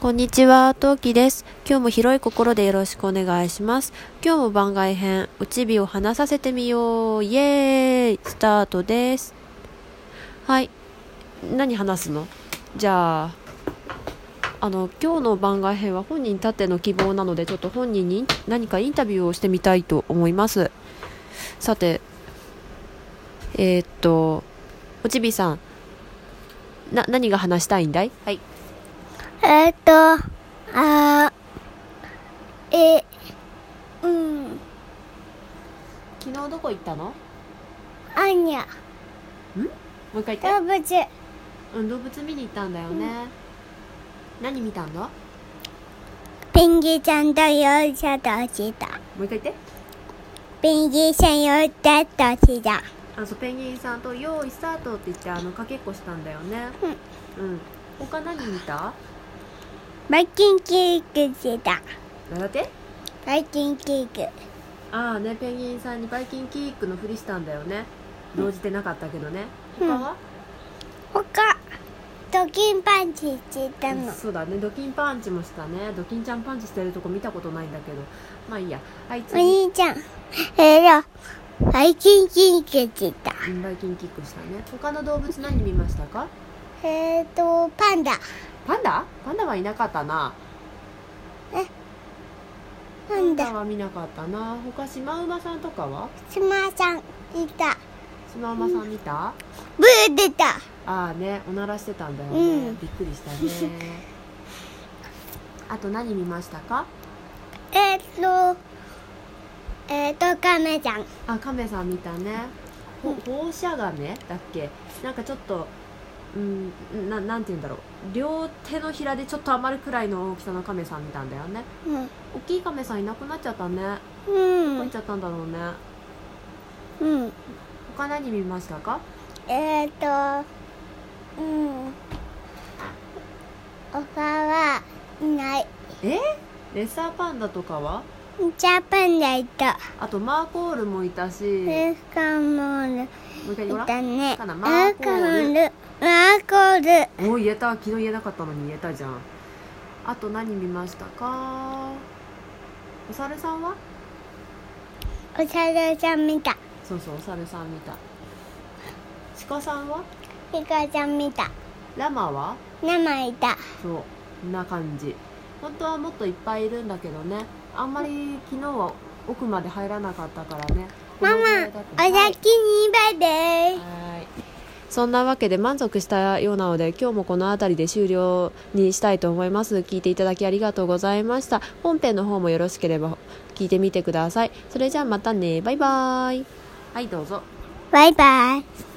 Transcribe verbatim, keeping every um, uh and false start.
こんにちは、トウキです。今日も広い心でよろしくお願いします。今日も番外編、うちびを話させてみよう。イエーイスタートです。はい。何話すの？じゃあ、あの、今日の番外編は本人たっての希望なので、ちょっと本人に何かインタビューをしてみたいと思います。さて、えー、っと、うちびさん、な、何が話したいんだい？はい。 えーっと、あー、え、うん、 昨日どこ行ったの？ アーニャ、 ん？もう一回言って。 動物、 うん、動物見に行ったんだよね。うん、何見たんだ？ ペンギンちゃんとヨウシャとシダ。 もう一回言って。 ペンギンさんヨウシャとシダ。 あ、そう、ペンギンさんと用意スタートって言ってあのかけっこしたんだよね。うん。うん。他何見た？ バイキンキークシダ。 なんだって？ バイキンキーク。 ああね、ペンギンさんにバイキンキックのふりしたんだよね。動じてなかったけどね。他は？ 他、ドキンパンチしたの。 そうだね、ドキンパンチもしたね。ドキンちゃんパンチしてるとこ見たことないんだけど、まあいいや。はい、 お次。 兄ちゃん、えーと、バイキンキークした。 うん、バイキンキックしたね。他の動物何見ましたか？ えーと、パンダ。 パンダ？パンダはいなかったな。 え、パパンダンダ。 は見なかったな。他シマウマさんとかは？ スマさん、いた。 シマウマさん見た？ ブー出た。 ああね、おならしてたんだよね。 うん、 びっくりしたね。あと何見ましたか？ えーと、えーと、カメちゃん。 あ、カメさん見たね。ほ放射ガメだっけ？なんかちょっと、うん、な、なんて言うんだろう。両手のひらでちょっと余るくらいの大きさのカメさん見たんだよね。 うん。 大きいカメさんいなくなっちゃったね。 うどこ行っん。 ちゃったんだろうね。 うん。 他何見ましたか？ えーと、うん。他はいない。 え？レッサーパンダとかは？ ジャパンダいた。 あとマーコールもいたし、 レスカモールもう一回言おういたね。 かな。 ママーーココール。 ール。マーコール。 おー、言えた。昨日言えなかったのに言えたじゃん。あと何見ましたか？お猿さんは？ お猿さん見た。 そうそう、お猿さん見た。鹿さんは？ ヒカちゃん見た。 ラマは？ 生いた。 そう、こんな感じ。本当はもっといっぱいいるんだけどね、あんまり昨日は奥まで入らなかったからね。 ママ、お先にバイバイ。 はい。そんなわけで満足したようなので、今日もこの辺りで終了にしたいと思います。聞いていただきありがとうございました。本編の方もよろしければ聞いてみてください。それじゃあまたね。バイバイ。はい、どうぞ。 バイバイ。